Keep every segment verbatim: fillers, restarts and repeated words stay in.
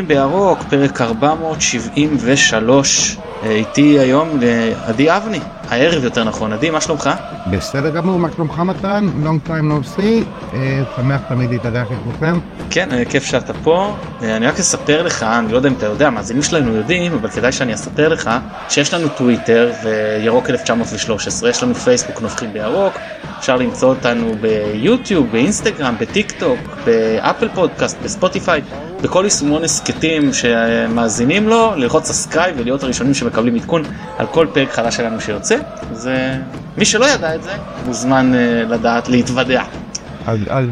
נובחים בירוק, פרק ארבע מאות שבעים ושלוש. איתי היום עדי אבני, הערב יותר נכון. עדי, מה שלומך? בסדר גמור, מה שלומך מתן? long time no see, שמח תמיד להתארח איתכם. כן, כיף שאתה פה. אני רק אספר לך, אני לא יודע אם אתה יודע, המאזינים שלנו יודעים, אבל כדאי שאני אספר לך שיש לנו טוויטר וירוק אלף תשע מאות ושלוש עשרה, יש לנו פייסבוק נובחים בירוק, אפשר למצוא אותנו ביוטיוב, באינסטגרם, בטיק טוק, באפל פודקאסט, בספוטיפיי, בכל יישומון הסקטים שמאזינים לו, ללחוץ סאבסקרייב ולהיות הראשונים שמקבלים עדכון על כל פרק חדש שלנו שיוצא. אז מי שלא ידע את זה, מוזמן לדעת, להתוודע. אז, אז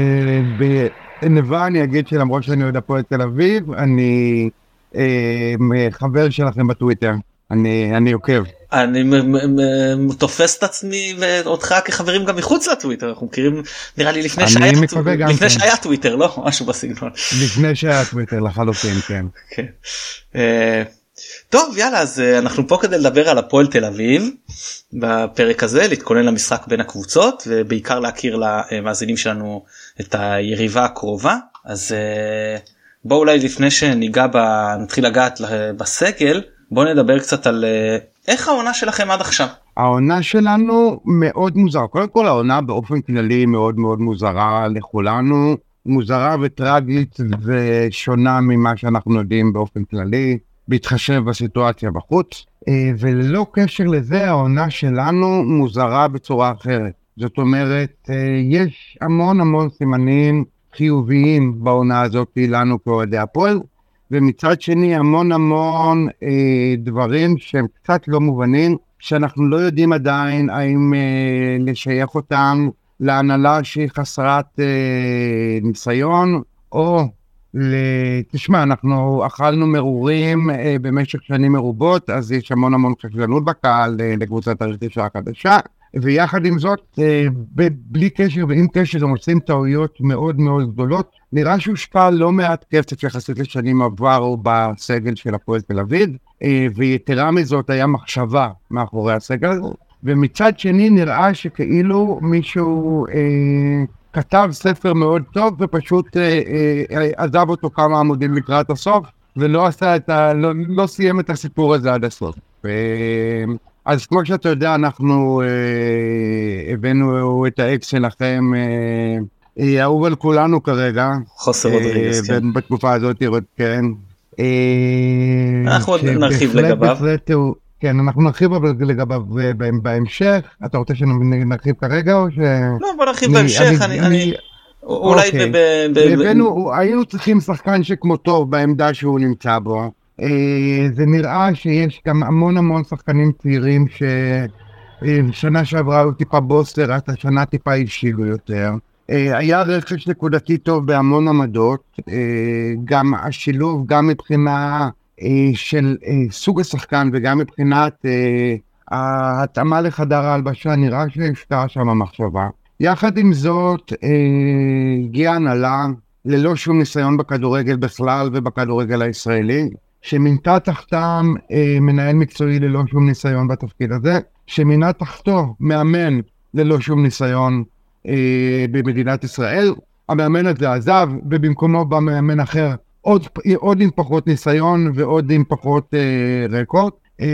בנבא אני אגיד שלמרות שאני עוד הפועל תל אביב, אני אה, חבר שלכם בטוויטר, אני, אני עוקב. אני תופס את עצמי ואותך כחברים גם מחוץ לטוויטר, אנחנו מכירים נראה לי לפני שהיה, לפני שהיה טוויטר, לא? משהו בסגנון. לפני שהיה טוויטר לחלוטין, כן. כן. טוב, יאללה, אז אנחנו פה כדי לדבר על הפועל תל אביב בפרק הזה, להתכונן למשחק בין הקבוצות ובעיקר להכיר למאזינים שלנו את היריבה הקרובה. אז בואו אולי לפני שניגע נתחיל לגעת בסגל, בואו נדבר קצת על איך העונה שלכם עד עכשיו. העונה שלנו מאוד מוזרה. קודם כל העונה באופן כללי מאוד מאוד מוזרה לכולנו, מוזרה וטרגית ושונה ממה שאנחנו יודעים באופן כללי, בהתחשב בסיטואציה בחוץ, וללא קשר לזה העונה שלנו מוזרה בצורה אחרת. זאת אומרת, יש המון המון סימנים חיוביים בעונה הזאת לנו כאוהדי הפועל, ומצד שני המון המון אה, דברים שהם קצת לא מובנים, שאנחנו לא יודעים עדיין האם אה, לשייך אותם להנהלה שהיא חסרת אה, ניסיון, או תשמע, אנחנו אכלנו מרורים אה, במשך שנים מרובות, אז יש המון המון חשדנות בקהל אה, לקבוצת הרכישה החדשה, ויחד עם זאת, אה, בלי קשר ועם קשר, הם עושים טעויות מאוד מאוד גדולות. נראה שהושפע לא מעט כסף יחסית לשנים עברו בסגל של הפועל תל אביב, אה, ויתרה מזאת היה מחשבה מאחורי הסגל, ומצד שני נראה שכאילו מישהו אה, כתב ספר מאוד טוב, ופשוט אה, אה, עזב אותו כמה עמודים לקראת הסוף, ולא עשה את ה... לא, לא סיים את הסיפור הזה עד הסוף. ו... אז כמו שאתה יודע, אנחנו אה, הבאנו את האקס שלכם, אה, אהוב על כולנו כרגע. חוסר רודריגז, כן. בתקופה הזאת, כן. אנחנו עוד נרחיב לגביו. כן, אנחנו נרחיב לגביו בהמשך. אתה רוצה שנרחיב כרגע או ש... לא, בוא נרחיב בהמשך. אני... אולי ב... היינו צריכים שחקן שכמותו בעמדה שהוא נמצא בו. זה נראה שיש גם המון המון שחקנים צעירים ששנה שעברה הוא טיפה בוסטר, עד השנה טיפה אישילו יותר. היה רכש נקודתי טוב בהמון עמדות, גם השילוב, גם מבחינה של סוג השחקן וגם מבחינת ההתאמה לחדר ההלבשה, נראה שהשקעה שם המחשבה. יחד עם זאת, הגיעה הנהלה ללא שום ניסיון בכדורגל בכלל ובכדורגל הישראלי, שמינתה תחתם אה, מנהל מקצועי ללא שום ניסיון בתפקיד הזה, שמינה תחתו מאמן ללא שום ניסיון אה, במדינת ישראל. המאמן הזה עזב, ובמקומו בא מאמן אחר, עוד, עוד עם פחות ניסיון ועוד עם פחות אה, רקורד. אה,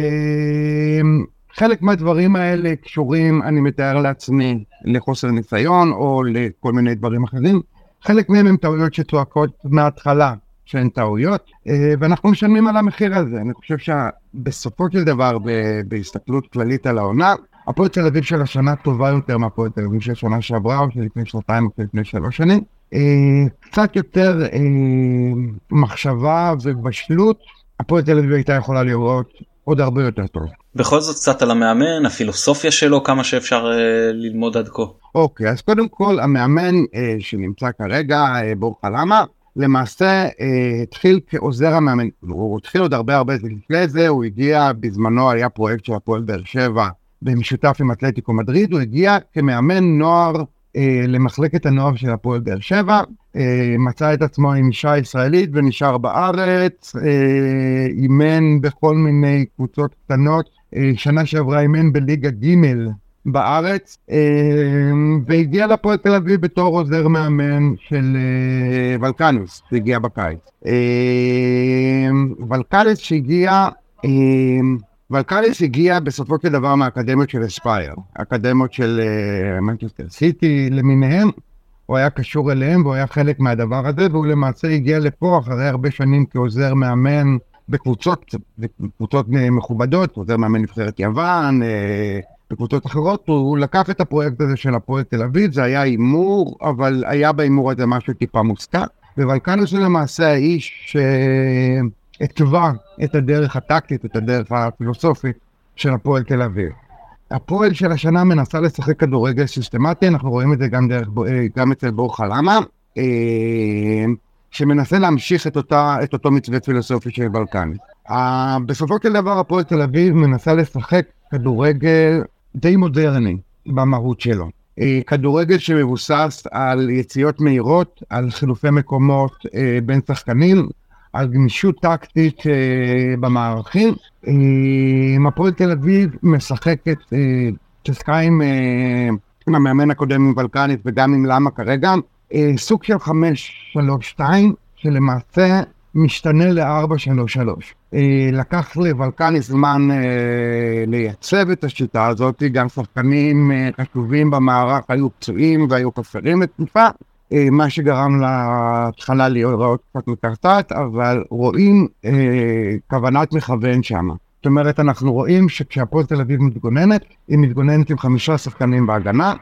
חלק מהדברים האלה קשורים, אני מתאר לעצמי, לחוסר ניסיון או לכל מיני דברים אחרים. חלק מהם הם טעויות שצועקות מההתחלה, שהן טעויות, ואנחנו משלמים על המחיר הזה. אני חושב שבסופו של דבר, בהסתכלות כללית על העונה, הפועל תל אביב של השנה טובה יותר מהפועל תל אביב של השנה שעברה, או שלפני שנתיים או שלפני שלוש שנים. קצת יותר מחשבה ובשלות, הפועל תל אביב הייתה יכולה לראות עוד הרבה יותר טוב. בכל זאת קצת על המאמן, הפילוסופיה שלו, כמה שאפשר ללמוד עד כה. אוקיי, אז קודם כל, המאמן שנמצא כרגע, בור חלמה, למעשה אה, התחיל כעוזר המאמן, הוא התחיל עוד הרבה הרבה לפני זה, הוא הגיע, בזמנו היה פרויקט של הפועל באר שבע, במשותף עם אתלטיקו מדריד, הוא הגיע כמאמן נוער אה, למחלקת הנוער של הפועל באר שבע, אה, מצא את עצמו עם אישה ישראלית ונשאר בארץ, אה, אימן בכל מיני קבוצות קטנות, אה, שנה שעברה אימן בליגה ג' בארץ, והגיע לפועל תל אביב בתור עוזר מאמן של ולקניוס, זה הגיע בקיץ. ולקניוס שהגיע, ולקניוס הגיע בסופו של דבר מהאקדמיות של אספייר, האקדמיות של מנצ'סטר סיטי למיניהם, הוא היה קשור אליהם והוא היה חלק מהדבר הזה, והוא למעשה הגיע לפה אחרי הרבה שנים כעוזר מאמן בקבוצות, בקבוצות מכובדות, עוזר מאמן נבחרת יוון, בקבוצות אחרות. הוא לקח את הפרויקט הזה של הפועל תל אביב, זה היה אימור, אבל היה באימור הזה משהו טיפה מוסתר, וולקניוס למעשה האיש שהתווה את הדרך הטקטית, את הדרך הפילוסופית של הפועל תל אביב. הפועל של השנה מנסה לשחק כדורגל סיסטמטי, אנחנו רואים את זה גם, דרך, גם אצל בור חלמה, שמנסה להמשיך את, אותה, את אותו מצווה פילוסופי של ולקניוס. בסופו של דבר הפועל תל אביב מנסה לשחק כדורגל די מודרני במהות שלו. כדורגל שמבוסס על יציאות מהירות, על חילופי מקומות בין שחקנים, על גמישות טקטית במערכים. הפועל תל אביב משחקת, תשחקה עם המאמן הקודם עם ולקניוס וגם עם למה כרגע, סוג של חמש שלוש שתיים, שלמעשה משתנה ל-ארבע שלוש שלוש. לקח לוולקניוס זמן לייצב את השיטה הזאת, גם שחקנים חשובים במערך היו פצועים והיו כפרים לתקופה, מה שגרם להתחלה להיראות קצת מקרטעת, אבל רואים כוונת מכוון שם. זאת אומרת, אנחנו רואים שכשהפועל תל אביב מתגוננת, היא מתגוננת עם חמישה שחקנים בהגנה,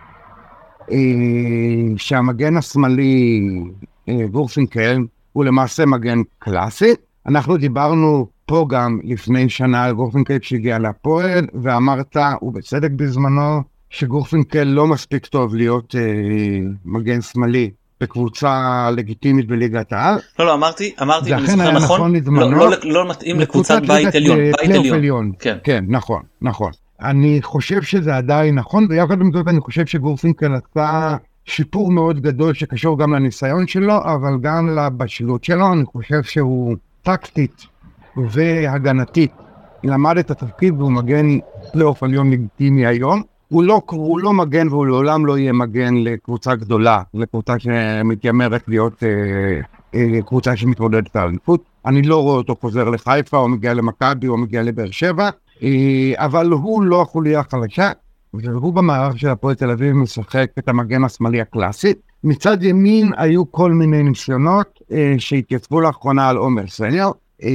שהמגן השמאלי וורפינקל הוא למעשה מגן קלאסי. אנחנו דיברנו פה גם לפני שנה על וורפינקל שהגיע לפועל, ואמרת, ובצדק בזמנו, שגורפינקל לא מספיק טוב להיות אה, מגן שמאלי בקבוצה לגיטימית בליגת העל. לא, לא, אמרתי, אמרתי, אני זוכר נכון, נכון לא, לא, לא מתאים לקבוצת בית עליון, בית עליון. עליון. כן. כן, נכון, נכון. אני חושב שזה עדיין נכון, ויחד עם זאת אני חושב שגורפינקל עשה שיפור מאוד גדול שקשור גם לניסיון שלו, אבל גם לבשלות שלו. אני חושב שהוא טקטית והגנתית למד את התפקיד, והוא מגן פלייאוף עליון לגיטימי היום. הוא לא, הוא לא מגן, והוא לעולם לא יהיה מגן לקבוצה גדולה, לקבוצה שמתיימרת להיות אה, אה, קבוצה שמתמודדת על אליפות. אני לא רואה אותו חוזר לחיפה, או מגיע למכבי, או מגיע לבאר שבע, אה, אבל הוא לא החוליה החלשה, והוא במערך של הפועל תל אביב משחק את המגן השמאלי הקלאסי. מצד ימין היו כל מיני ניסיונות אה, שהתייצבו לאחרונה על עומר סניור, אה,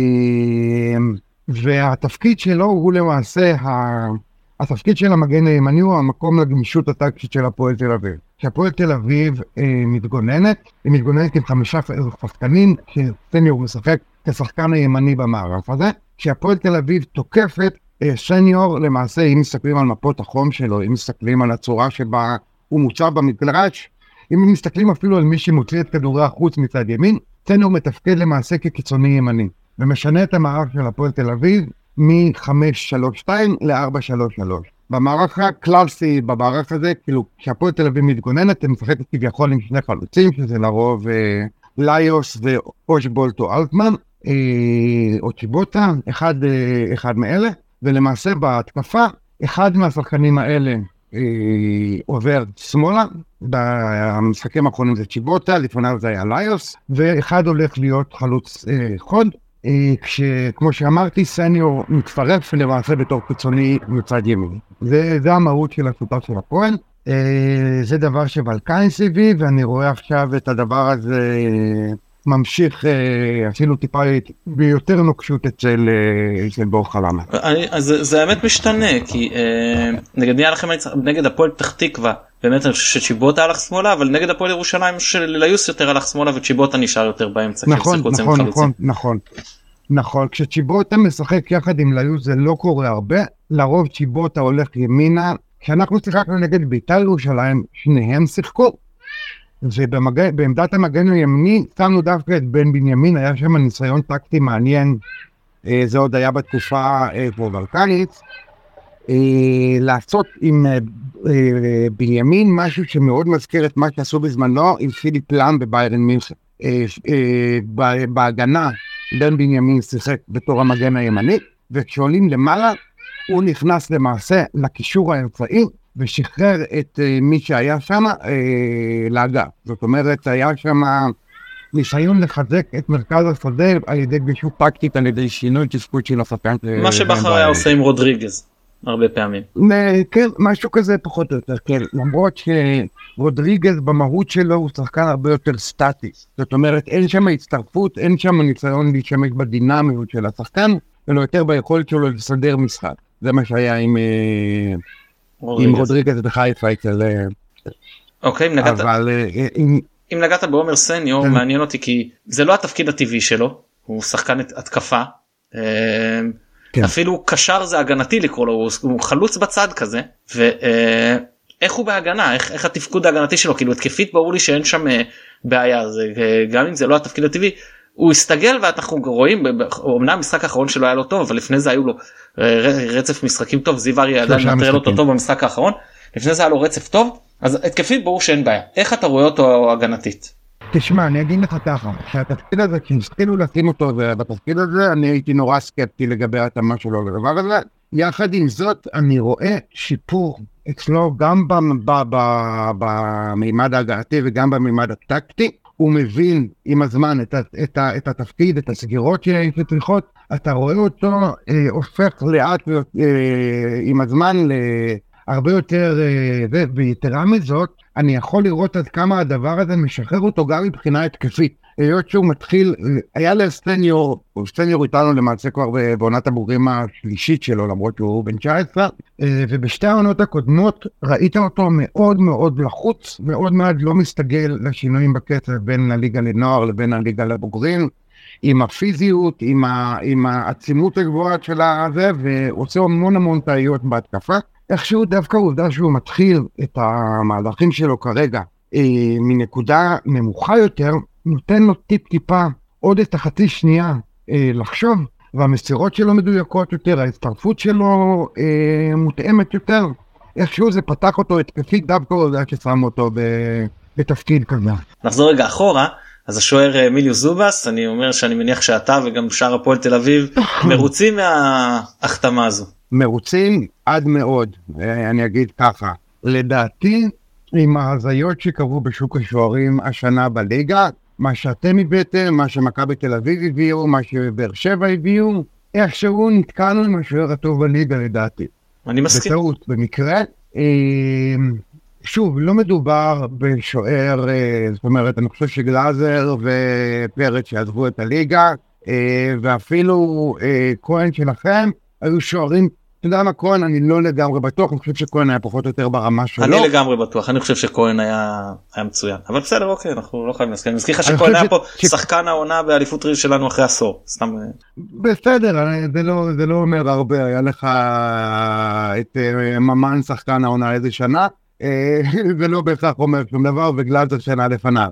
והתפקיד שלו הוא למעשה ה... התפקיד של המגן הימני הוא המקום לגמישות הטקטית של הפועל תל אביב. כשהפועל תל אביב אה, מתגוננת, היא מתגוננת עם חמישה שחקנים, שסניור משחק כשחקן הימני במערף הזה. כשהפועל תל אביב תוקפת, אה, סניור למעשה, אם מסתכלים על מפות החום שלו, אם מסתכלים על הצורה שבה הוא מוצב במגרש, אם מסתכלים אפילו על מי שמוציא את כדורי החוץ מצד ימין, סניור מתפקד למעשה כקיצוני ימני, ומשנה את המערף של הפועל תל אביב, מ-חמש שלוש שתיים ל-ארבע שלוש שלוש. במערך הקלאסי, במערך הזה, כאילו, כשהפועל תל אביב מתגוננת, הם משחקת כביכול עם שני חלוצים, שזה לרוב אה, ליוס ואושבולט או אלטמן, אה, או צ'יבוטה, אחד, אה, אחד מאלה, ולמעשה בהתקפה, אחד מהשחקנים האלה אה, עובר שמאלה, במשחקים האחרונים זה צ'יבוטה, לפניו זה היה ליוס, ואחד הולך להיות חלוץ אה, חוד, כשכמו שאמרתי, סניור מתפרף למעשה בתור קיצוני מצד ימין. זה, זה המהות של השותף של הפועל. זה דבר שוולקניוס הביא, ואני רואה עכשיו את הדבר הזה ממשיך אפילו טיפה ביותר נוקשות אצל, אצל בור חלמה. אז זה האמת משתנה, כי נגד נהיה לכם נגד הפועל פתח תקווה, באמת אני חושב שצ'יבוטה הלך שמאלה, אבל נגד הפועל ירושלים של ליוס יותר הלך שמאלה, וצ'יבוטה נשאר יותר באמצע. נכון, נכון, נכון, נכון. נכון, כשצ'יבוטה משחק יחד עם ליוס זה לא קורה הרבה, לרוב צ'יבוטה הולך ימינה. כשאנחנו שיחקנו נגד בית"ר ירושלים, שניהם שיחקו, ובעמדת המגן הימני שמנו דווקא את בן בנימין, היה שם ניסיון טקטי מעניין, זה עוד היה בתקופה כמו ולקניוס, לעשות עם בנימין משהו שמאוד מזכיר את מה שעשו בזמנו עם פיליפ לאם בביירן מינכן. בהגנה בן בנימין שיחק בתור המגן הימני, וכשעולים למעלה הוא נכנס למעשה לקישור האמצעי ושחרר את מי שהיה שם לאגף. זאת אומרת, היה שם ניסיון לחזק את מרכז השדה על ידי גמישות טקטית, על ידי שינוי תפקוד של השחקן. מה שבכר היה עושה עם רודריגז, הרבה פעמים. כן, משהו כזה פחות או יותר, כן. למרות שרודריגז במהות שלו הוא שחקן הרבה יותר סטטי. זאת אומרת, אין שם הצטרפות, אין שם ניסיון להשתמש בדינמיות של השחקן, ולא יותר ביכולת שלו לסדר משחק. זה מה שהיה עם רודריגז בחיפה אצל... אוקיי, אם נגעת... אם נגעת בעומר סניור, מעניין אותי כי זה לא התפקיד הטבעי שלו, הוא שחקן התקפה, אפילו קשר זה הגנתי לקרוא לו, הוא חלוץ בצד כזה, ואיך הוא בהגנה, איך התפקוד ההגנתי שלו, כאילו התקפית ברור לי שאין שם בעיה, גם אם זה לא התפקיד הטבעי, הוא הסתגל ואנחנו רואים, אומנם המשחק האחרון שלו היה לו טוב, אבל לפני זה היו לו רצף משחקים טוב, זיו אריה עדיין נטרל אותו טוב במשחק האחרון, לפני זה היה לו רצף טוב, אז התקפית ברור שאין בעיה. איך אתה רואה אותו הגנתית? תשמע, אני אגיד לך ככה, שהתפקיד הזה, כשהתחילו לשים אותו בתפקיד הזה, אני הייתי נורא סקפטי לגבי התאמה שלו לדבר הזה. יחד עם זאת, אני רואה שיפור אצלו גם במימד ההגנתי וגם במימד הטקטי. הוא מבין עם הזמן את, את, את התפקיד, את הסגירות שצריכות. אתה רואה אותו אה, הופך לאט אה, עם הזמן ל... הרבה יותר, ויתרה מזאת, אני יכול לראות עד כמה הדבר הזה משחרר אותו גם מבחינה התקפית. היות שהוא מתחיל, היה לסטניור, סטניור איתנו למעשה כבר בעונת הבוגרים השלישית שלו, למרות שהוא בן תשע עשרה, ובשתי העונות הקודמות ראית אותו מאוד מאוד לחוץ, מאוד מאוד לא מסתגל לשינויים בקצב בין הליגה לנוער לבין הליגה לבוגרים, עם הפיזיות, עם, ה, עם העצימות הגבוהה של הזה, ועושה המון המון טעויות בהתקפה. איכשהו דווקא העובדה שהוא מתחיל את המהלכים שלו כרגע אה, מנקודה נמוכה יותר, נותן לו טיפ טיפה עוד את החצי שנייה אה, לחשוב, והמסירות שלו מדויקות יותר, ההצטרפות שלו אה, מותאמת יותר, איכשהו זה פתח אותו התקפית דווקא העובדה ששם אותו ב, בתפקיד כזה. נחזור רגע אחורה, אז השוער מיליו זובס, אני אומר שאני מניח שאתה וגם שאר הפועל תל אביב מרוצים מההחתמה הזו. מרוצים עד מאוד, אני אגיד ככה, לדעתי עם ההזיות שקרו בשוק השוערים השנה בליגה, מה שאתם הבאתם, מה שמכבי תל אביב הביאו, מה שבאר שבע הביאו, איכשהו נתקענו עם השוער הטוב בליגה לדעתי. אני מסכים. בטעות, במקרה. שוב, לא מדובר בשוער, זאת אומרת, אני חושב שגלאזר ופרץ שעזבו את הליגה, ואפילו כהן שלכם, היו שוערים, אתה יודע מה כהן, אני לא לגמרי בטוח, אני חושב שכהן היה פחות או יותר ברמה שלו. אני לגמרי בטוח, אני חושב שכהן היה מצוין, אבל בסדר, אוקיי, אנחנו לא חייבים להסכים, אני מזכיר לך שכהן היה פה שחקן העונה באליפות שלנו אחרי עשור, סתם. בסדר, זה לא אומר הרבה, היה לך את ממן שחקן העונה איזה שנה, זה לא בהכרח אומר שום דבר, בגלל זה שנה לפניו.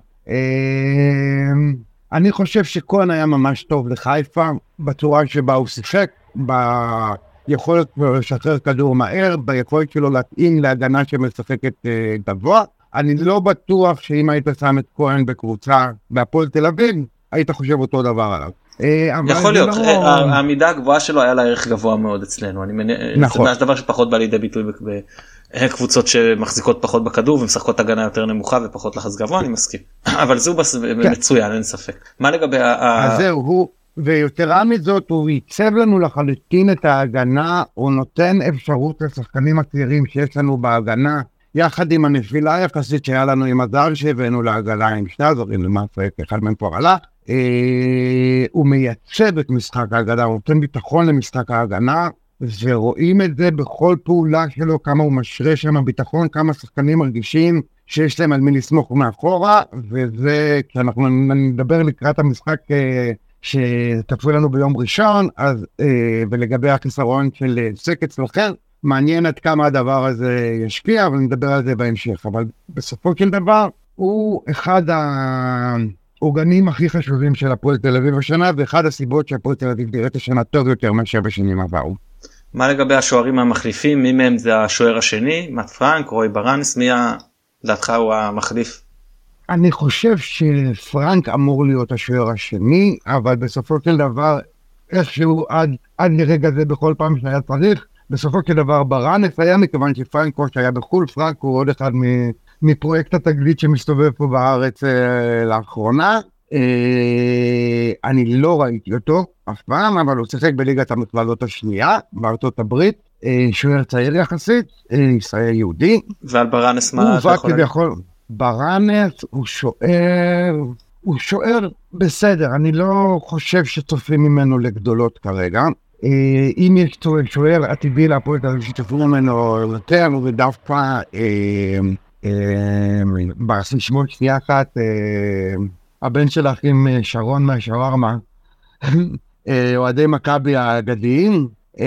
אני חושב שכהן היה ממש טוב לחיפה, בצורה שבה הוא שיחק, ביכולת לשחרר כדור מהר, ביכולת שלו להתאים להגנה שמשחקת גבוה. אני לא בטוח שאם היית שם את כהן בקבוצה בהפועל תל אביב, היית חושב אותו דבר עליו. יכול להיות, העמידה הגבוהה שלו היה לה ערך גבוה מאוד אצלנו, זה דבר שפחות בא לידי ביטוי בקבוצות שמחזיקות פחות בכדור ומשחקות הגנה יותר נמוכה ופחות לחץ גבוה, אני מסכים, אבל זו מצוין, אין ספק. מה לגבי אז זהו, הוא ויותרה מזאת הוא ייצב לנו לחלוטין את ההגנה, הוא נותן אפשרות לשחקנים הצעירים שיש לנו בהגנה, יחד עם הנפילה היחסית שהיה לנו עם הזר שהבאנו להגנה עם שני הזרים, למעשה אחד מהם כבר הלך, אה, הוא מייצב את משחק ההגנה, הוא נותן ביטחון למשחק ההגנה, ורואים את זה בכל פעולה שלו, כמה הוא משרה שם ביטחון, כמה שחקנים מרגישים שיש להם על מי לסמוך מאחורה, וזה כשאנחנו נדבר לקראת המשחק אה, שתפו לנו ביום ראשון, אז, אה, ולגבי החיסרון של סק אצלכם, מעניין עד כמה הדבר הזה ישפיע, אבל נדבר על זה בהמשך. אבל בסופו של דבר, הוא אחד העוגנים הכי חשובים של הפועל תל אביב השנה, ואחד הסיבות שהפועל תל אביב נראית השנה טוב יותר מאשר בשנים עברו. מה לגבי השוערים המחליפים? מי מהם זה השוער השני? מאט פרנק, רוי ברנס, מי לדעתך הוא המחליף? אני חושב שפרנק אמור להיות השוער השני, אבל בסופו של דבר, איכשהו עד, עד לרגע זה בכל פעם שהיה צריך, בסופו של דבר ברנס היה, מכיוון שפרנקו שהיה בחול, פרנקו הוא עוד אחד מפרויקט התגלית שמסתובב פה בארץ אה, לאחרונה. אה, אני לא ראיתי אותו אף פעם, אבל הוא שיחק בליגת המכללות השנייה בארצות הברית, אה, שוער צעיר יחסית, אה, ישראל יהודי. ועל ברנס מה אתה יכול להגיד? ברנס הוא שוער, הוא שוער בסדר, אני לא חושב שצופים ממנו לגדולות כרגע. אם יש שוער עתידי להפועל תל אביב שצופים ממנו יותר, ודווקא בשמות שנייה אחת, הבן של האחים שרון מהשווארמה, אוהדי מכבי האגדיים,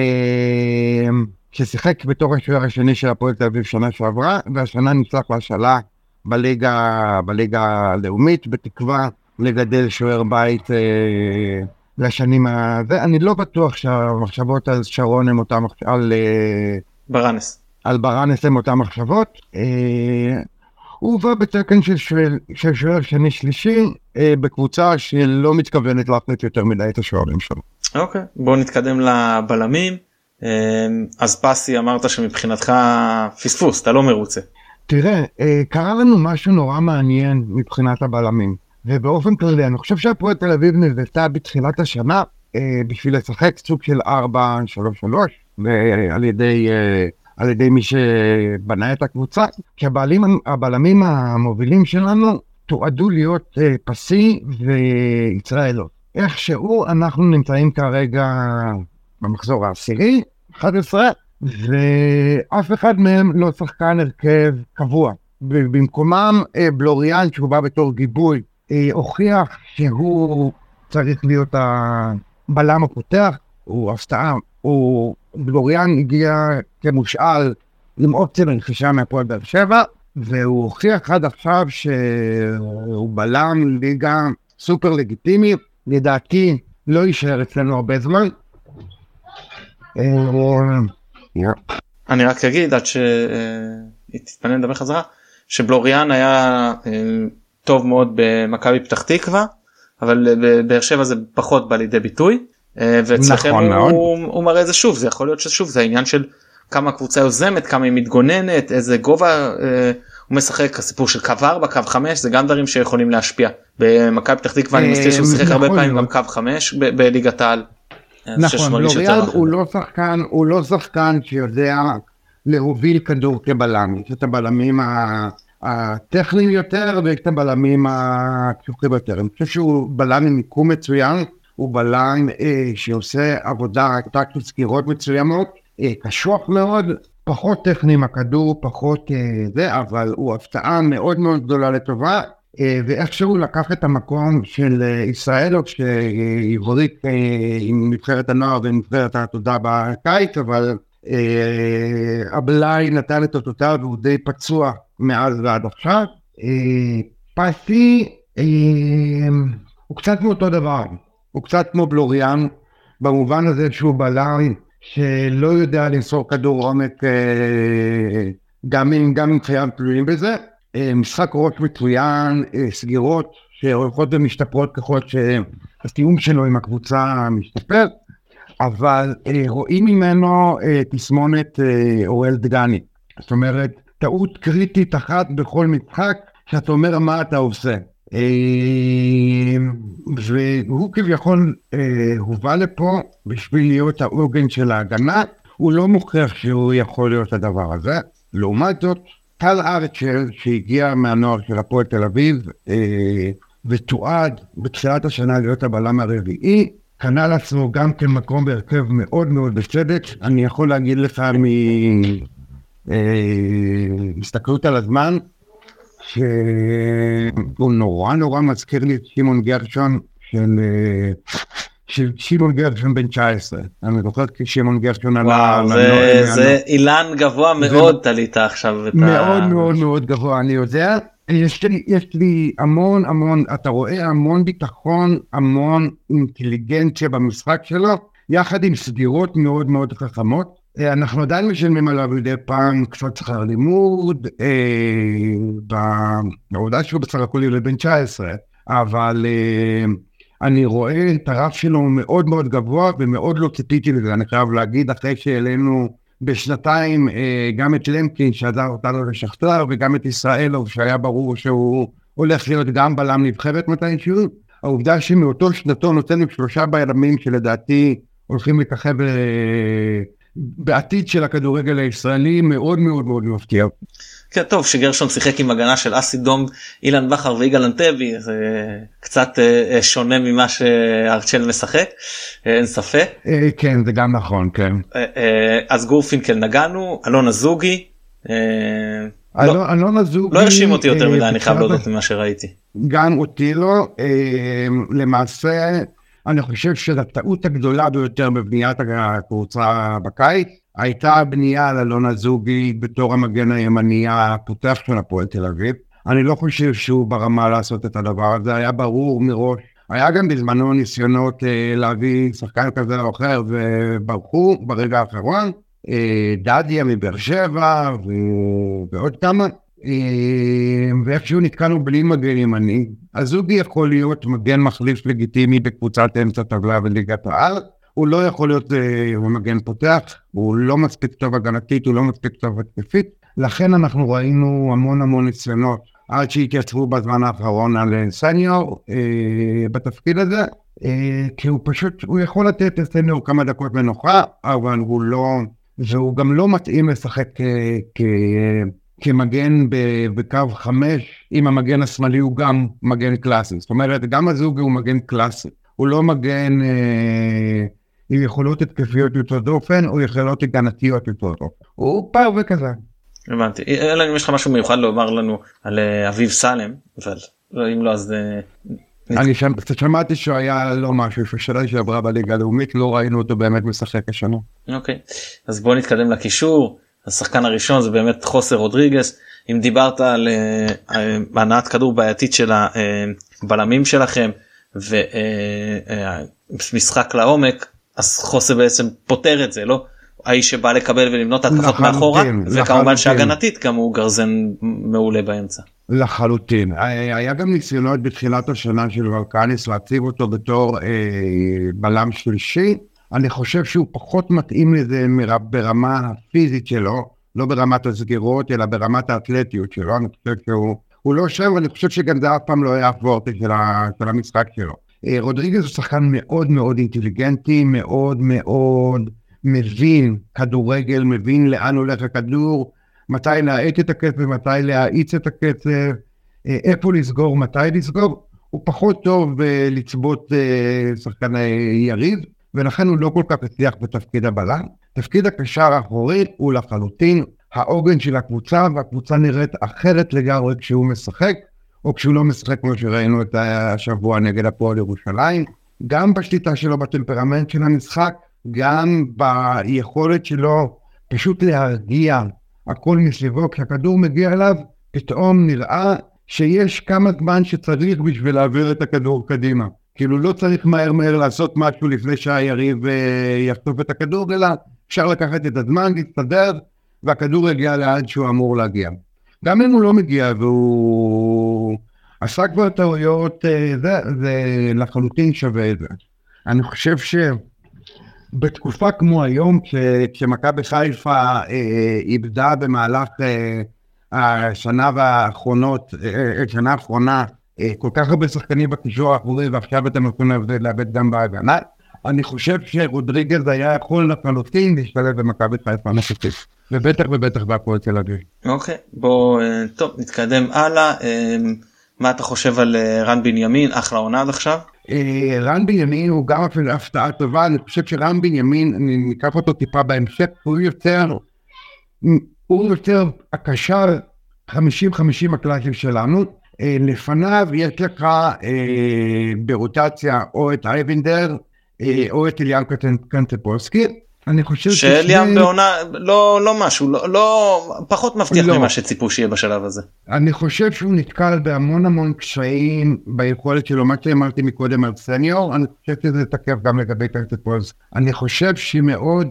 ששיחק בתור השוער השני של הפועל תל אביב שנה שעברה, והשנה נצלח להשאלה בליגה, בליגה הלאומית, בתקווה לגדל שוער בית אה, לשנים הזה. אני לא בטוח שהמחשבות על שרון הם אותם, על אה, ברנס. על ברנס הם אותם מחשבות. אה, הוא בא בתקן של שוער, של שוער שני שלישי, אה, בקבוצה שלא מתכוונת להחליט יותר מדי את השוערים שלו. אוקיי, בואו נתקדם לבלמים. אה, אז פסי אמרת שמבחינתך פספוס, אתה לא מרוצה. תראה, קרה לנו משהו נורא מעניין מבחינת הבלמים, ובאופן כללי, אני חושב שהפועל תל אביב נבנתה בתחילת השנה בשביל לשחק סוג של ארבע שלוש שלוש, ועל ידי, על ידי מי שבנה את הקבוצה, כי הבלמים המובילים שלנו תועדו להיות פסי וישראלו. איכשהו אנחנו נמצאים כרגע במחזור העשירי, אחד עשרה, ואף אחד מהם לא שחקן הרכב קבוע. במקומם בלוריאן, שהוא בא בתור גיבוי, הוכיח שהוא צריך להיות הבלם הפותח, הוא הפתעה, הוא בלוריאן הגיע כמושאל עם אופציה לרכישה מהפועל באר שבע, והוא הוכיח עד עכשיו שהוא בלם ליגה סופר לגיטימי, לדעתי לא יישאר אצלנו הרבה זמן. אני רק אגיד עד שתתפנה לדבר חזרה שבלוריאן היה טוב מאוד במכבי פתח תקווה, אבל בבאר שבע זה פחות בא לידי ביטוי, ואצלכם הוא מראה זה שוב, זה יכול להיות ששוב זה העניין של כמה קבוצה יוזמת, כמה היא מתגוננת, איזה גובה הוא משחק, הסיפור של קו ארבע, קו חמש, זה גם דברים שיכולים להשפיע. במכבי פתח תקווה אני מזכיר שהוא שיחק הרבה פעמים גם קו חמש בליגת העל. נכון, בלוריאן הוא לא שחקן, הוא לא שחקן שיודע להוביל כדור כבלם, יש את הבלמים הטכניים יותר ויש את הבלמים הקשוחים יותר. אני חושב שהוא בלם עם מיקום מצוין, הוא בלם אה, שעושה עבודה טקטית סגירות מצוינות, אה, קשוח מאוד, פחות טכני עם הכדור, פחות אה, זה, אבל הוא הפתעה מאוד מאוד גדולה לטובה, אה, ואיכשהו לקח את המקום של אה, ישראל, שעברית אה, עם נבחרת הנוער ונבחרת העתודה בקיץ, אבל אה, הבלאי נתן את אותותיו והוא די פצוע מאז ועד עכשיו. אה, פסי, אה, הוא קצת מאותו דבר. הוא קצת כמו בלוריאן, במובן הזה שהוא בלם שלא יודע למסור כדור עומק, גם אם, גם אם חייב תלויים בזה. משחק ראש מצוין, סגירות שהולכות ומשתפרות ככל שהתיאום שלו עם הקבוצה משתפר, אבל רואים ממנו תסמונת אוראל דגני. זאת אומרת, טעות קריטית אחת בכל משחק, שאתה אומר מה אתה עושה. והוא כביכול הובא לפה בשביל להיות העוגן של ההגנה, הוא לא מוכרח שהוא יכול להיות הדבר הזה. לעומת זאת, טל ארצ'ל שהגיע מהנוער של הפועל תל אביב ותועד בתחילת השנה להיות הבלם הרביעי, קנה לעצמו גם כמקום בהרכב מאוד מאוד בצדק. אני יכול להגיד לך מהסתכלות על הזמן, שהוא נורא נורא מזכיר לי את שמעון גרשון של, של שמעון גרשון בן תשע עשרה. אני זוכר כשמעון גרשון עלה... וואו, זה, זה אילן גבוה מאוד תלית עכשיו. מאוד ה... מאוד מאוד גבוה, אני יודע. יש לי, יש לי המון המון, אתה רואה המון ביטחון, המון אינטליגנציה במשחק שלו, יחד עם סדירות מאוד מאוד חכמות. אנחנו עדיין משלמים עליו מדי פעם קצת שכר לימוד, בעובדה שהוא בסך הכל ילד בן תשע עשרה, אבל אני רואה את הרף שלו מאוד מאוד גבוה, ומאוד לא ציפיתי לזה. אני חייב להגיד, אחרי שאלינו בשנתיים גם את למקין שעזר אותנו לשכתר, וגם את ישראלוב שהיה ברור שהוא הולך להיות גם בלם נבחרת מתישהו. העובדה שמאותו שנתון נותנים שלושה בלמים שלדעתי הולכים לככב בעתיד של הכדורגל הישראלי מאוד מאוד מאוד מפתיע. כן, טוב, שגרשון שיחק עם הגנה של אסי דום, אילן בכר ויגאל אנטבי, זה קצת שונה ממה שארצ'ל משחק, אין ספק. כן, זה גם נכון, כן. אז גורפינקל נגענו, אלון אזוגי, אלון אזוגי, לא הרשים אותי יותר מדי, אני חייב להודות ממה שראיתי. גם אותי לא, למעשה, אני חושב שהטעות הגדולה ביותר בבניית הקבוצה בקיץ, הייתה בנייה על אלון אזוגי בתור המגן הימני הפותח של הפועל תל אביב. אני לא חושב שהוא ברמה לעשות את הדבר הזה, היה ברור מראש. היה גם בזמנו ניסיונות אה, להביא שחקן כזה או אחר, וברחו ברגע האחרון, אה, דדיה מבאר שבע ו... ועוד כמה, אה, ואיכשהו נתקענו בלי מגן ימני. אזוגי יכול להיות מגן מחליף לגיטימי בקבוצת אמצע טבלה וליגת העל, הוא לא יכול להיות uh, מגן פותח, הוא לא מספיק טוב הגנתית, הוא לא מספיק טוב התקפית, לכן אנחנו ראינו המון המון ניסיונות, עד שהתייצבו בזמן האחרון על סניור uh, בתפקיד הזה, uh, כי הוא פשוט, הוא יכול לתת לסניור כמה דקות מנוחה, אבל הוא לא, והוא גם לא מתאים לשחק כ, כ, כמגן בקו חמש, אם המגן השמאלי הוא גם מגן קלאסי, זאת אומרת, גם הזוג הוא מגן קלאסי, הוא לא מגן... Uh, עם יכולות התקפיות יותר דופן, או יכולות הגנתיות יותר דופן. הוא פער וכזה. הבנתי. אלא אם יש לך משהו מיוחד לומר לנו על אביב סלם, אבל אם לא אז... אני שמעתי שהוא היה לא משהו, ששנה שעברה בליגה הלאומית, לא ראינו אותו באמת משחק השנה. אוקיי, אז בואו נתקדם לקישור. השחקן הראשון זה באמת חוסה רודריגז. אם דיברת על הנעת כדור בעייתית של הבלמים שלכם, ומשחק לעומק, אז חוסה בעצם פותר את זה, לא? האיש שבא לקבל ולמנות התקפות מאחורה, וכמובן שהגנתית גם הוא גרזן מעולה באמצע. לחלוטין. היה גם ניסיונות בתחילת השנה של ורקניס להציב אותו בתור אה, בלם שלישי, אני חושב שהוא פחות מתאים לזה ברמה הפיזית שלו, לא ברמת הסגירות, אלא ברמת האתלטיות שלו, אני חושב שהוא הוא לא שם, ואני חושב שגם זה אף פעם לא היה הפורטה של, של המשחק שלו. רודריגז הוא שחקן מאוד מאוד אינטליגנטי, מאוד מאוד מבין כדורגל, מבין לאן הולך הכדור, מתי להאט את הקצב, מתי להאיץ את הקצב, איפה לסגור, מתי לסגור. הוא פחות טוב לצבות שחקן יריב, ולכן הוא לא כל כך הצליח בתפקיד הבלם. תפקיד הקשר האחורי הוא לחלוטין העוגן של הקבוצה, והקבוצה נראית אחרת לגמרי כשהוא משחק, או כשהוא לא משחק כמו שראינו את השבוע נגד הפועל ירושלים, גם בשליטה שלו בטמפרמנט של המשחק, גם ביכולת שלו פשוט להרגיע הכל מסביבו, כשהכדור מגיע אליו, פתאום נראה שיש כמה זמן שצריך בשביל להעביר את הכדור קדימה. כאילו לא צריך מהר מהר לעשות משהו לפני שהיריב יחטוף את הכדור, אלא אפשר לקחת את הזמן, להסתדר, והכדור יגיע לאן שהוא אמור להגיע. גם אם הוא לא מגיע והוא עשה כבר טעויות, זה, זה לחלוטין שווה את זה. אני חושב שבתקופה כמו היום, כשמכבי חיפה אה, איבדה במהלך אה, השנה והאחרונות, אה, השנה האחרונה, אה, כל כך הרבה שחקנים בקישור האחורי, ועכשיו אתם יכולים לאבד גם בהגנה, אני חושב שרודריגז היה יכול לחלוטין להשתלב במכבי חיפה נשתית. ובטח ובטח בהפועל תל אביב. אוקיי, בוא, טוב, נתקדם הלאה. מה אתה חושב על רן בנימין? אחלה עונה עד עכשיו? רן בנימין הוא גם אפילו הפתעה טובה, אני חושב שרן בנימין, אני ניקח אותו טיפה בהמשך, הוא יותר, הוא יותר הקשר חמישים חמישים הקלאסים שלנו, לפניו יש לך ברוטציה או את אייבנדר, או את אליאן קנטפולסקי, אני חושב שאליאם בעונה לא לא משהו לא לא פחות מבטיח ממה שציפו שיהיה בשלב הזה. אני חושב שהוא נתקל בהמון המון קשיים ביכולת שלו, מה שאמרתי מקודם על סניור, אני חושב שזה תקף גם לגבי קנטפולס. אני חושב שמאוד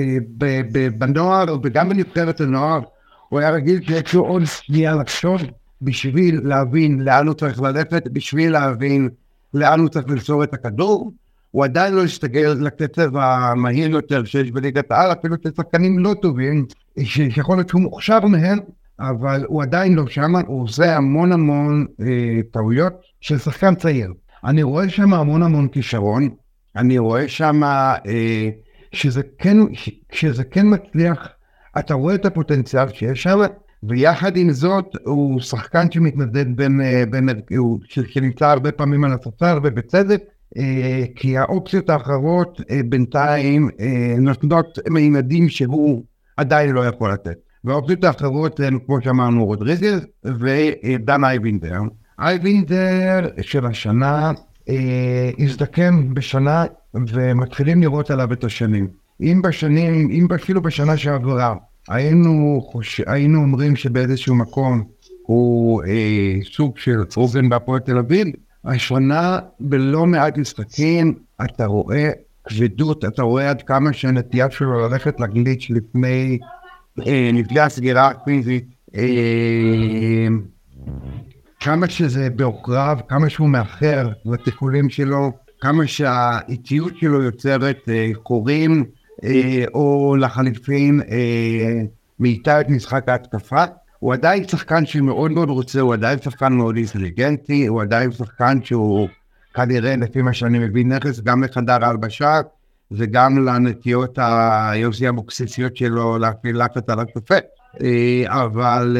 בנוער וגם בנבחרת הנוער הוא היה רגיל שיש לו עוד שנייה לחשוב בשביל להבין לאן הוא צריך ללכת, בשביל להבין לאן הוא צריך למסור את הכדור. הוא עדיין לא הסתגל לקצב המהיר יותר שיש בליגת העל, אפילו ששחקנים לא טובים, שיכול להיות שהוא מוכשר מהם, אבל הוא עדיין לא שם, הוא עושה המון המון אה, טעויות של שחקן צעיר. אני רואה שם המון המון כישרון, אני רואה שם אה, שזה, כן, שזה כן מצליח, אתה רואה את הפוטנציאל שיש שם, ויחד עם זאת הוא שחקן שמתנדד בין, בין, הוא, שנמצא הרבה פעמים על הספסל ובצדק, אה, כי האופציות האחרות אה, בינתיים אה, נותנות מימדים שהוא עדיין לא יכול לתת. והאופציות האחרות הן כמו שאמרנו רודריגז ודן אייבינדר. אייבינדר של השנה אה, הזדקן בשנה ומתחילים לראות עליו את השנים. אם בשנים, אם אפילו בשנה שעברה, היינו, חוש... היינו אומרים שבאיזשהו מקום הוא אה, סוג של רובן בהפועל תל אביב, השנה בלא מעט משחקים אתה רואה כבדות, אתה רואה עד כמה שהנטייה שלו ללכת לגליץ' לפני אה, לפני הסגירה הפיזית, אה, כמה שזה בעוקרב, כמה שהוא מאחר לטיפולים שלו, כמה שהאיטיות שלו יוצרת אה, קורים, או לחליפין מאיתה את משחק ההתקפה. הוא עדיין שחקן שמאוד מאוד רוצה, הוא עדיין שחקן מאוד אינטליגנטי, הוא עדיין שחקן שהוא כנראה לפי מה שאני מבין נכס גם לחדר ההלבשה וגם לנטיות היוזי המוקסיסיות שלו להפעיל לחץ על השופט. אבל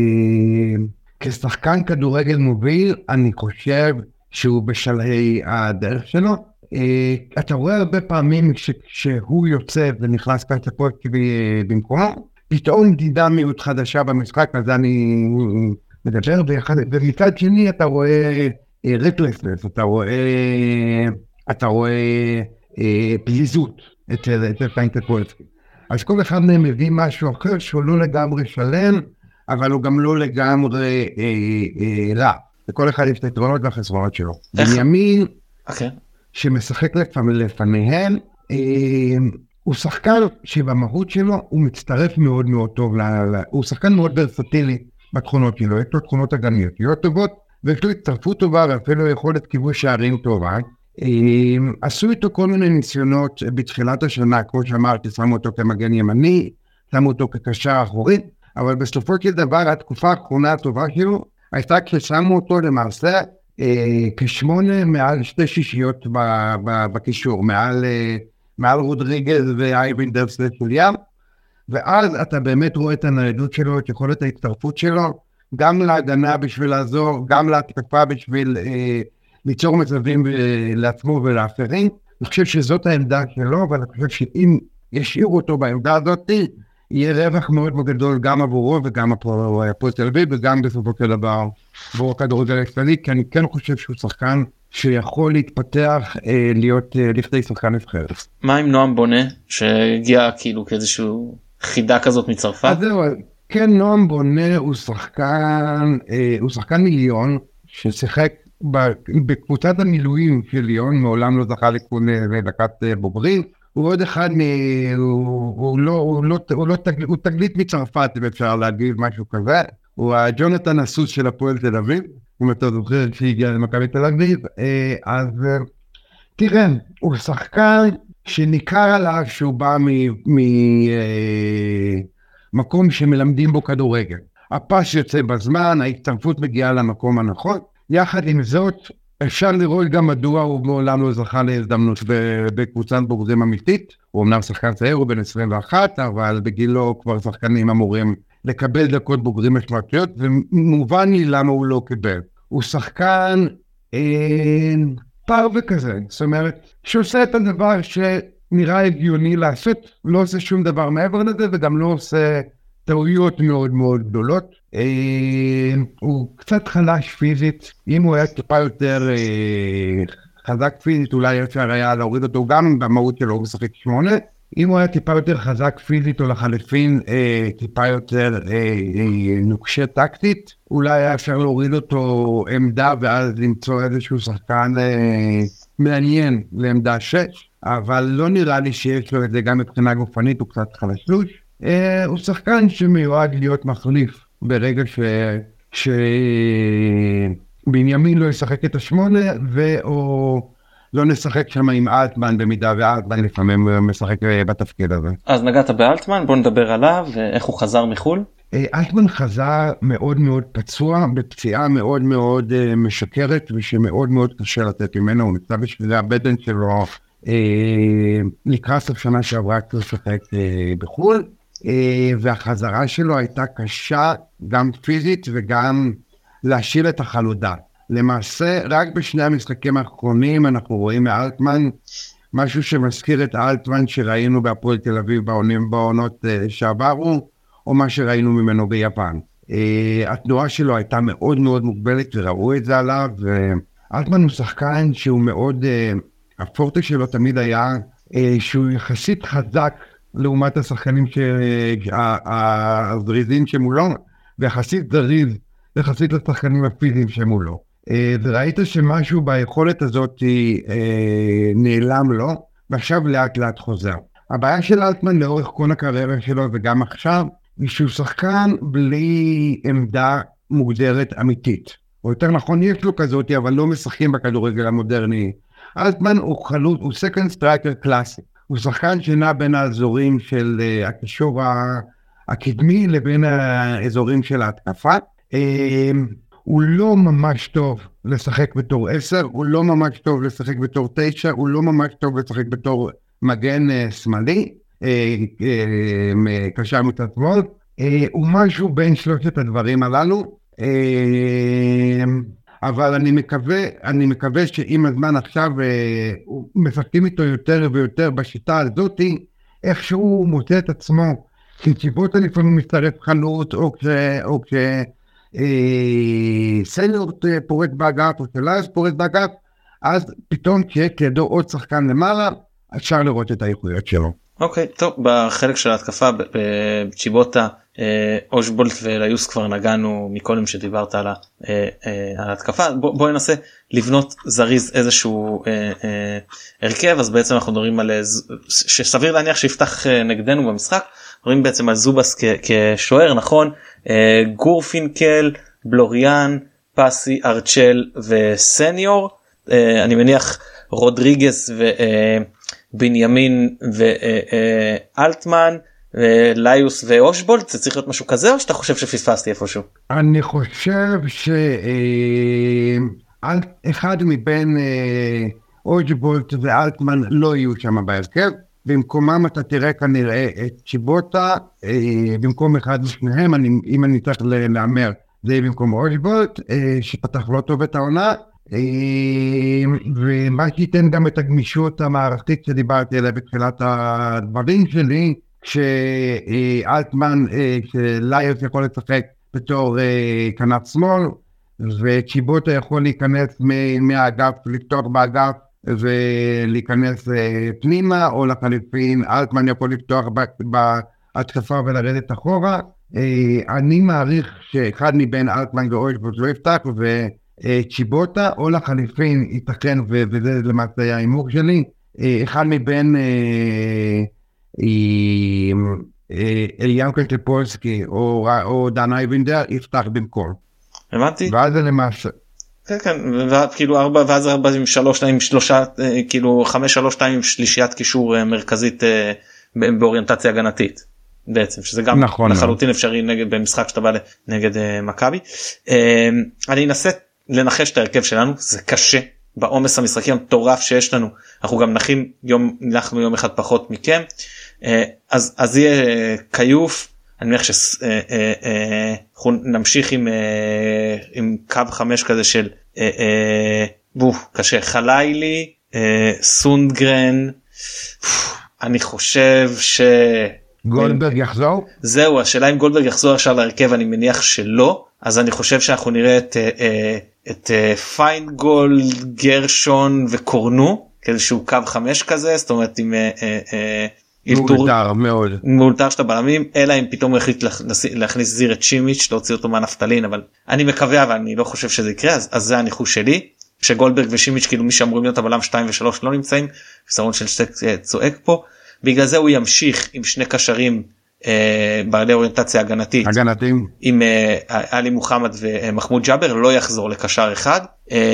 כשחקן כדורגל מוביל אני חושב שהוא בשלהי הדרך שלו. Uh, אתה רואה הרבה פעמים כשהוא יוצא ונכנס כספות במקומו, פתאום דינמיות חדשה במשחק, אז אני מדבר, ומצד שני אתה רואה ריקלסלס, אתה רואה, אתה רואה פליזות אצל פיינטקולסקי. אז כל אחד מהם מביא משהו אחר שהוא לא לגמרי שלם, אבל הוא גם לא לגמרי אה, אה, רע. לכל אחד יש את היתרונות והחסרונות שלו. בנימין, אוקיי. שמשחק לפניהם, אה, הוא שחקן שבמהות שלו הוא מצטרף מאוד מאוד טוב, ל, ל, הוא שחקן מאוד ורסטילי בתכונות שלו, יש לו תכונות הגנתיות טובות, ויש לו הצטרפות טובה ואפילו יכולת כיבוש שערים טובה. אה, עשו איתו כל מיני ניסיונות בתחילת השנה, כמו שאמרתי, שמו אותו כמגן ימני, שמו אותו כקשר אחורי, אבל בסופו של דבר התקופה האחרונה הטובה שלו, הייתה כששמו אותו למעשה, אה, כשמונה מעל שתי שישיות בקישור, מעל, אה, מעל רודריגז ואייבינדר סלטוליאם, ואז אתה באמת רואה את הניידות שלו, את יכולת ההצטרפות שלו, גם להגנה בשביל לעזור, גם להתקפה בשביל אה, ליצור מצבים לעצמו ולאחרים. אני חושב שזאת העמדה שלו, ואני חושב שאם ישאירו אותו בעמדה הזאת, יהיה רווח מאוד גדול גם עבורו וגם הפועל תל אביב, וגם בסופו של דבר עבור הכדורגל הישראלי, כי אני כן חושב שהוא שחקן שיכול להתפתח, אה, להיות אה, לכדי שחקן נבחרת. מה עם נועם בונה, שהגיע כאילו כאיזשהו חידה כזאת מצרפת? אז זהו, כן, נועם בונה הוא שחקן, אה, הוא שחקן מיליון, ששיחק בקבוצת המילואים של ליון, מעולם לא זכה לדקת בוגרים, הוא עוד אחד, מ... הוא, הוא לא, הוא לא, הוא לא, הוא תגלית מצרפת, אם אפשר להגיד משהו כזה, הוא הג'ונתן הסוס של הפועל תל אביב, הוא אתה זוכר שהגיע למכבי תל אביב, אז תראה, הוא שחקן שניכר עליו שהוא בא ממקום שמלמדים בו כדורגל. הפס יוצא בזמן, ההצטרפות מגיעה למקום הנכון, יחד עם זאת, אפשר לראות גם מדוע הוא מעולם לא זכה להזדמנות בקבוצת בוגרים אמיתית. הוא אמנם שחקן צעיר, הוא בן עשרים ואחת, אבל בגילו כבר שחקנים אמורים לקבל דקות בוגרים משמעותיות, ומובן לי למה הוא לא קיבל. הוא שחקן אה, פרווה כזה, זאת אומרת, שעושה את הדבר שנראה הגיוני לעשות, לא עושה שום דבר מעבר לזה, וגם לא עושה טעויות מאוד מאוד גדולות. אה, הוא קצת חלש פיזית, אם הוא היה טיפה יותר אה, חזק פיזית, אולי אפשר היה להוריד אותו גם במהות שלו, הוא משחק שמונה. אם הוא היה טיפה יותר חזק פיזית או לחלפין אה, טיפה יותר אה, אה, נוקשה טקטית, אולי היה אפשר להוריד אותו עמדה ואז למצוא איזשהו שחקן אה, מעניין לעמדה שש, אבל לא נראה לי שיש לו את זה גם מבחינה גופנית, הוא קצת חלשוש. אה, הוא שחקן שמיועד להיות מחליף ברגע ש... ש... בנימין לא ישחק את השמונה, ואו לא נשחק שם עם אלטמן במידה ואלטמן לפעמים משחק בתפקיד הזה. אז נגעת באלטמן, בוא נדבר עליו ואיך הוא חזר מחול. אלטמן חזר מאוד מאוד פצוע, בפציעה מאוד מאוד משקרת ושמאוד מאוד קשה לתת ממנו, הוא נמצא בשבילי הבטן שלו לקראת סוף שנה שעברה קצת לשחק בחול, והחזרה שלו הייתה קשה גם פיזית וגם להשיל את החלודה. למעשה רק בשני המשחקים האחרונים אנחנו רואים מאלטמן משהו שמזכיר את האלטמן שראינו בהפועל תל אביב בעונים בעונות שעברו, או מה שראינו ממנו ביפן. התנועה שלו הייתה מאוד מאוד מוגבלת וראו את זה עליו, ואלטמן הוא שחקן שהוא מאוד, הפורטה שלו תמיד היה שהוא יחסית חזק לעומת השחקנים הזריזים שמולו, ויחסית זריז יחסית לשחקנים הפיזיים שמולו. וראית שמשהו ביכולת הזאת נעלם לו, ועכשיו לאט לאט חוזר. הבעיה של אלטמן לאורך כל הקריירה שלו וגם עכשיו, היא שהוא שחקן בלי עמדה מוגדרת אמיתית. או יותר נכון, יש לו כזאת, אבל לא משחקים בכדורגל המודרני. אלטמן הוא חלוץ, הוא סקנד סטרייקר קלאסי. הוא שחקן שנע בין האזורים של הקישור הקדמי לבין האזורים של ההתקפה. הוא לא ממש טוב לשחק בתור עשר, הוא לא ממש טוב לשחק בתור תשע, הוא לא ממש טוב לשחק בתור מגן שמאלי, קשר מצד שמאל, הוא משהו בין שלושת הדברים הללו, אבל אני מקווה, אני מקווה שעם הזמן עכשיו משחקים איתו יותר ויותר בשיטה הזאת, איכשהו הוא מוצא את עצמו, כנציבות לפעמים מצטרף חלוץ, או כש... סניורט פורט באגף, או סלאס פורט באגף, אז פתאום כשיש לידו עוד שחקן למעלה, אפשר לראות את האיכויות שלו. אוקיי, טוב, בחלק של ההתקפה, בצ'יבוטה, אושבולט וליוס כבר נגענו מקודם שדיברת על ההתקפה, בואו ננסה לבנות זריז איזשהו הרכב, אז בעצם אנחנו מדברים על, שסביר להניח שיפתח נגדנו במשחק, מדברים בעצם על זובס כשוער, נכון? גורפינקל, בלוריאן, פאסי, ארצ'ל וסניור, אני מניח רודריגס ובנימין ואלטמן, ליוס ואושבולט, זה צריך להיות משהו כזה, או שאתה חושב שפספסתי איפשהו? אני חושב שאחד מבין אושבולט ואלטמן לא יהיו שם בהרכב, במקומם אתה תראה כנראה את צ'יבוטה, במקום אחד משניהם, אני, אם אני צריך לאמר, זה יהיה במקום אושבולט, שפתח לא טוב את העונה, ומה שייתן גם את הגמישות המערכתית שדיברתי עליה בתחילת הדברים שלי, כשאלטמן, כשליוס יכול לשחק בתור כנף שמאל, וצ'יבוטה יכול להיכנס מהאגף, לפתוח באגף, ולהיכנס פנימה, או לחליפין, אלטמן יכול לפתוח בהתקפה ולרדת אחורה. אני מעריך שאחד מבין אלטמן ואושבולט לא יפתח, וצ'יבוטה, או לחליפין ייתכן, וזה למעשה ההימור שלי, אחד מבין אליאנקל טפולסקי או דן אייבינדר יפתח במקום. הבנתי. ואז זה למעשה... כן, כן, כאילו ארבע, ואז ארבע עם שלוש, שתיים עם שלושה, כאילו חמש, שלוש, שתיים עם שלישיית קישור מרכזית באוריינטציה הגנתית, בעצם, שזה גם נכון, לחלוטין אפשרי נגד, במשחק שאתה בא נגד מכבי. אני אנסה לנחש את ההרכב שלנו, זה קשה, בעומס המשחקים המטורף שיש לנו, אנחנו גם נחים יום, נחנו יום אחד פחות מכם, אז, אז יהיה קיוף, אני מניח שאנחנו נמשיך עם, עם קו חמש כזה של בו, קשה, חליילי, סונדגרן, אני חושב ש... גולדברג יחזור? זהו, השאלה אם גולדברג יחזור עכשיו להרכב, אני מניח שלא, אז אני חושב שאנחנו נראה את, את פיינגולד, גרשון וקורנו, כאיזשהו קו חמש כזה, זאת אומרת עם... מאולתר מאוד. מאולתר שאתה בלמים, אלא אם פתאום הוא החליט להכניס זיר את שימיץ', להוציא אותו מהנפטלין, אבל אני מקווה, אבל אני לא חושב שזה יקרה, אז, אז זה הניחוש שלי, שגולדברג ושימיץ' כאילו מי שאמורים להיות הבלם שתיים ושלוש לא נמצאים, פסרון של שתי צועק פה, בגלל זה הוא ימשיך עם שני קשרים אה, בעלי אוריינטציה הגנתית, הגנתים. עם אה, אלי מוחמד ומחמוד ג'אבר, לא יחזור לקשר אחד, אה,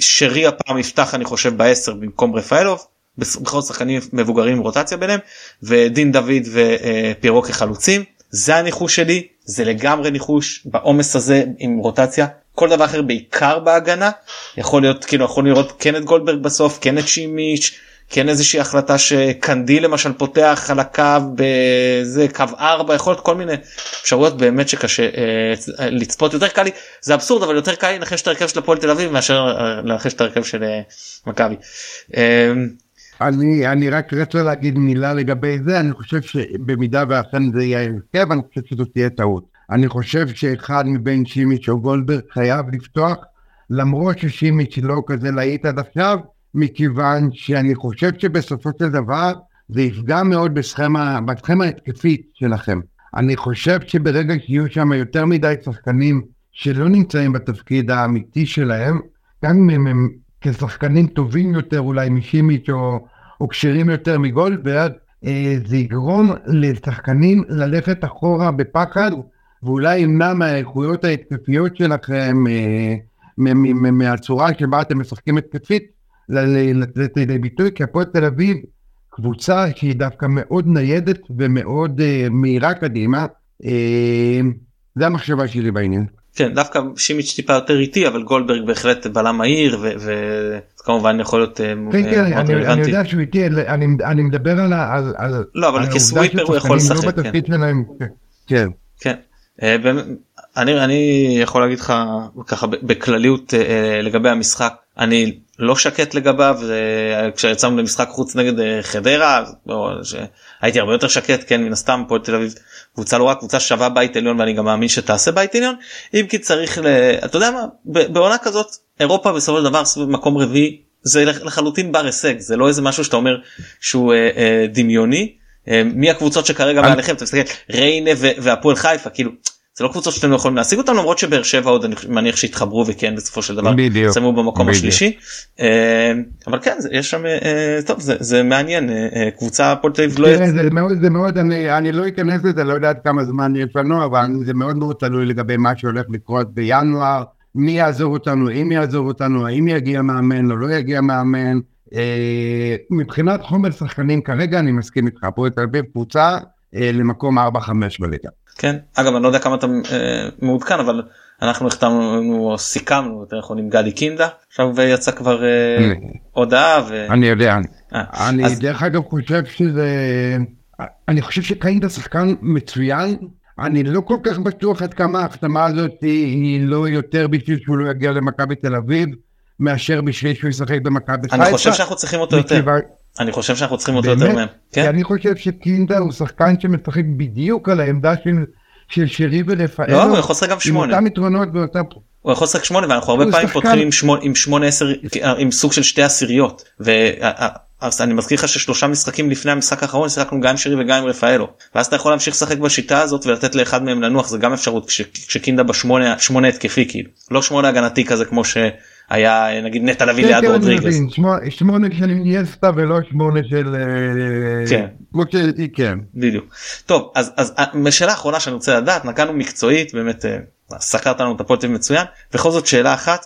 שרי הפעם יפתח אני חושב בעשר במקום רפאלוב, בכל שחקנים מבוגרים עם רוטציה ביניהם, ודין דוד ופירו כחלוצים. זה הניחוש שלי, זה לגמרי ניחוש בעומס הזה עם רוטציה. כל דבר אחר בעיקר בהגנה, יכול להיות כאילו יכול לראות כן את גולדברג בסוף, כן את שימיץ', כן איזושהי החלטה שקנדיל למשל פותח על הקו בזה קו ארבע, יכול להיות כל מיני אפשרויות באמת שקשה אה, לצפות. יותר קל לי, זה אבסורד, אבל יותר קל לי לנחש את הרכב של הפועל תל אביב מאשר לנחש את הרכב של אה, מכבי. אה, אני, אני רק רוצה להגיד מילה לגבי זה. אני חושב שבמידה ואכן זה יהיה הרכב, אני חושב שזו תהיה טעות. אני חושב שאחד מבין שימיץ' או גולדברג חייב לפתוח, למרות ששימיץ' לא כזה להיט עד עכשיו, מכיוון שאני חושב שבסופו של דבר זה יפגע מאוד בסכמה, בסכמה התקפית שלכם. אני חושב שברגע שיהיו שם יותר מדי שחקנים שלא נמצאים בתפקיד האמיתי שלהם, גם אם הם כשחקנים טובים יותר אולי משימיץ' או, או קשרים יותר מגולדברג, אה, זה יגרום לשחקנים ללכת אחורה בפחד, ואולי ימנע מהאיכויות ההתקפיות שלכם, אה, מהצורה שבה אתם משחקים התקפית, לתת לידי ביטוי, כי הפועל תל אביב קבוצה שהיא דווקא מאוד ניידת ומאוד uh, מהירה קדימה. uh, זה המחשבה שלי בעניין. כן, דווקא שימיץ' טיפה יותר איטי, אבל גולדברג בהחלט בלם מהיר, וכמובן יכול להיות uh, כן, כן, אני, אני יודע שהוא איטי, אני, אני מדבר על ה... על, על, לא, אבל כסוויפר הוא יכול לשחק. לא בתפקיד שלהם, כן. כן. Uh, אני, אני יכול להגיד לך ככה בכלליות uh, לגבי המשחק, אני לא שקט לגביו, כשיצאנו למשחק חוץ נגד חדרה, הייתי הרבה יותר שקט, כן, מן הסתם, פה תל אביב, קבוצה לא רק, קבוצה שווה בית עליון, ואני גם מאמין שתעשה בית עליון, אם כי צריך, אתה יודע מה, בעונה כזאת, אירופה בסופו של דבר, מקום רביעי, זה לחלוטין בר הישג, זה לא איזה משהו שאתה אומר שהוא דמיוני, מי הקבוצות שכרגע מעליכם, אתה מסתכל, ריינה והפועל חיפה, כאילו, זה לא קבוצות שאתם לא יכולים להשיג אותם, למרות שבאר שבע עוד אני מניח שהתחברו וכן בסופו של דבר שמו במקום השלישי, אבל כן יש שם, טוב זה מעניין, קבוצה הפועל תל אביב לא... זה מאוד, אני לא אכנס לזה, לא יודעת כמה זמן יש לנו, אבל זה מאוד מאוד תלוי לגבי מה שהולך לקרות בינואר, מי יעזור אותנו, אם יעזור אותנו, האם יגיע מאמן או לא יגיע מאמן. מבחינת חומר שחקנים כרגע אני מסכים איתך, הפועל תל אביב קבוצה למקום ארבע חמש בליגה. כן, אגב אני לא יודע כמה אתה אה, מעודכן, אבל אנחנו החתמנו, סיכמנו יותר נכון עם גדי קינדה, עכשיו יצא כבר אה, אני, הודעה. ו... אני יודע, אני, אה, אני אז... דרך אגב חושב שזה, אני חושב שקינדה שחקן מצוין, אני לא כל כך בטוח עד כמה ההחתמה הזאת היא, היא לא יותר בשביל שהוא לא יגיע למכבי תל אביב, מאשר בשביל שהוא ישחק במכבי חיפה. אני חושב שאנחנו צריכים אותו יותר. אני חושב שאנחנו צריכים אותו יותר מהם. כן? אני חושב שקינדה הוא שחקן שמשחק בדיוק על העמדה של, של שרי ורפאלוב. לא, הוא יכול לשחק גם שמונה. עם אותם יתרונות ואותה... הוא יכול לשחק שמונה, ואנחנו הרבה פעמים פותחים עם שמונה, עם שמונה עשר, עם סוג של שתי עשיריות. ואני מזכיר לך ששלושה משחקים לפני המשחק האחרון, שחקנו גם עם שרי וגם עם רפאלוב. ואז אתה יכול להמשיך לשחק בשיטה הזאת ולתת לאחד מהם לנוח, זה גם אפשרות כשקינדה בשמונה, שמונה התקפי כאילו. לא שמונה הגנתי כזה כמו ש... היה נגיד נטע לביא ליד רודריגז. שמונה של אינייסטה ולא שמונה של... כן. כמו שהיא כן. בדיוק. טוב, אז שאלה האחרונה שאני רוצה לדעת, נגענו מקצועית, באמת סקרת לנו את הפועל תל אביב מצוין, בכל זאת שאלה אחת,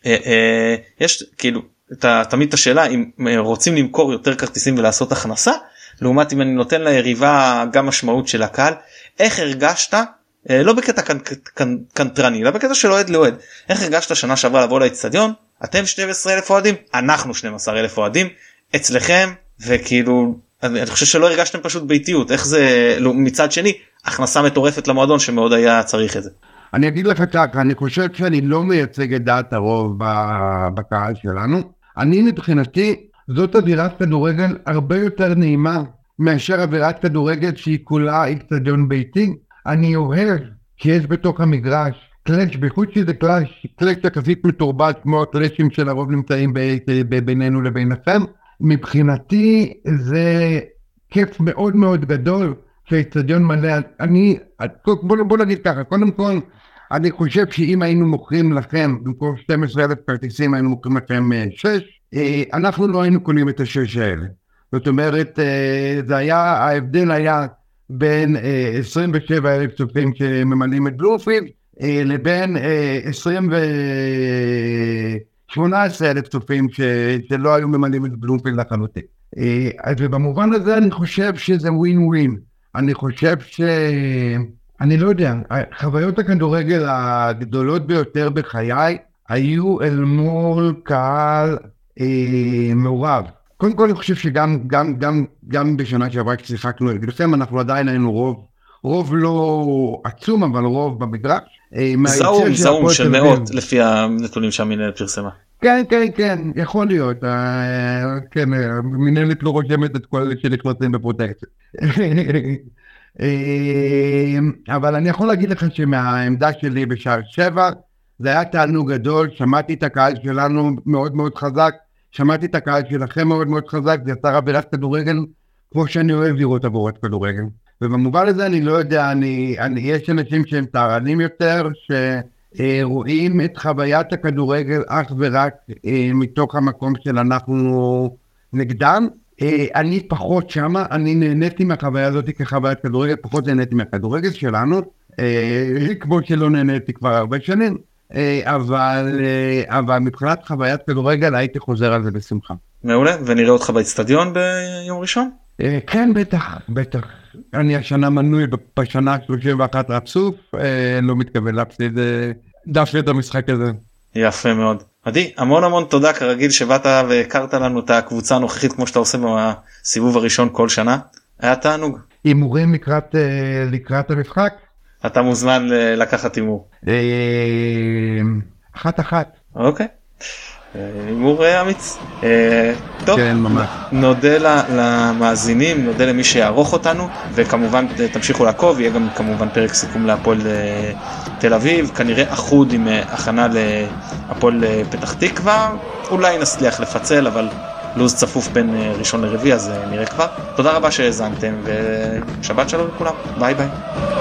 יש כאילו תמיד את השאלה אם רוצים למכור יותר כרטיסים ולעשות הכנסה, לעומת אם אני נותן ליריבה גם משמעות של הקהל, איך הרגשת? לא בקטע קנטרני, אלא בקטע של אוהד לאוהד. איך הרגשת שנה שעברה לבוא לאצטדיון? אתם שנים עשר אלף אוהדים, אנחנו שנים עשר אלף אוהדים, אצלכם, וכאילו, אני חושב שלא הרגשתם פשוט ביתיות. איך זה, מצד שני, הכנסה מטורפת למועדון שמאוד היה צריך את זה. אני אגיד לך ככה, אני חושב שאני לא מייצג את דעת הרוב בקהל שלנו. אני מבחינתי, זאת אווירת כדורגל הרבה יותר נעימה, מאשר אווירת כדורגל שהיא כולה אצטדיון ביתי. אני אוהב שיש בתוך המגרש קלאש, בייחוד שזה קלאש, קלאש יחסית מתורבת כמו הקלאשים של הרוב נמצאים בינינו לביניכם. מבחינתי זה כיף מאוד מאוד גדול שהאצטדיון מלא. אני, בוא, בוא נגיד ככה, קודם כל אני חושב שאם היינו מוכרים לכם במקום שנים עשר אלף כרטיסים היינו מוכרים לכם שש, אנחנו לא היינו קונים את השש האלה. זאת אומרת, זה היה, ההבדל היה בין עשרים ושבעה אלף צופים שממלאים את בלומפילד, לבין עשרים שמונה עשרה אלף צופים ש... שלא היו ממלאים את בלומפילד לחלוטין. אז במובן הזה אני חושב שזה ווין ווין. אני חושב ש... אני לא יודע, חוויות הכדורגל הגדולות ביותר בחיי היו אל מול קהל אה, מעורב. קודם כל אני חושב שגם גם, גם, גם בשנה שעברה כששיחקנו אצלכם, אנחנו עדיין היינו רוב, רוב לא עצום, אבל רוב במגרש. זעום, זעום של מאות לפי הנתונים שהמינהלת פרסמה. כן, כן, כן, יכול להיות. כן, המינהלת לא רושמת את כל אלה שנכנסים בפרוטקציה. אבל אני יכול להגיד לך שמהעמדה שלי בשער שבע, זה היה תענוג גדול, שמעתי את הקהל שלנו מאוד מאוד חזק, שמעתי את הקהל שלכם מאוד מאוד חזק, זה יצר אווירת כדורגל כמו שאני אוהב לראות עבורת כדורגל. ובמובן הזה אני לא יודע, אני, אני, יש אנשים שהם טהרנים יותר, שרואים את חוויית הכדורגל אך ורק מתוך המקום של אנחנו נגדם. אני פחות שמה, אני נהניתי מהחוויה הזאת כחוויית כדורגל, פחות נהניתי מהכדורגל שלנו, כמו שלא נהניתי כבר הרבה שנים, אבל, אבל מבחינת חוויית כדורגל הייתי חוזר על זה בשמחה. מעולה, ונראה אותך באצטדיון ביום ראשון? כן, בטח, בטח. אני השנה מנוי בשנה שלושים ואחת רצוף, לא מתכוון להפסיד דווקא את המשחק הזה. יפה מאוד. עדי, המון המון תודה, כרגיל שבאת והכרת לנו את הקבוצה הנוכחית כמו שאתה עושה בסיבוב הראשון כל שנה. היה תענוג. הימורים לקראת, לקראת המשחק? אתה מוזמן לקחת הימור. אחת אחת. אוקיי. הימור אמיץ. טוב, כן, ממש. נודה למאזינים, נודה למי שיערוך אותנו, וכמובן תמשיכו לעקוב, יהיה גם כמובן פרק סיכום להפועל תל אביב, כנראה אחוד עם הכנה להפועל פתח תקווה, אולי נצליח לפצל, אבל לוז צפוף בין ראשון לרביעי, אז נראה כבר. תודה רבה שהאזנתם, ושבת שלום לכולם, ביי ביי.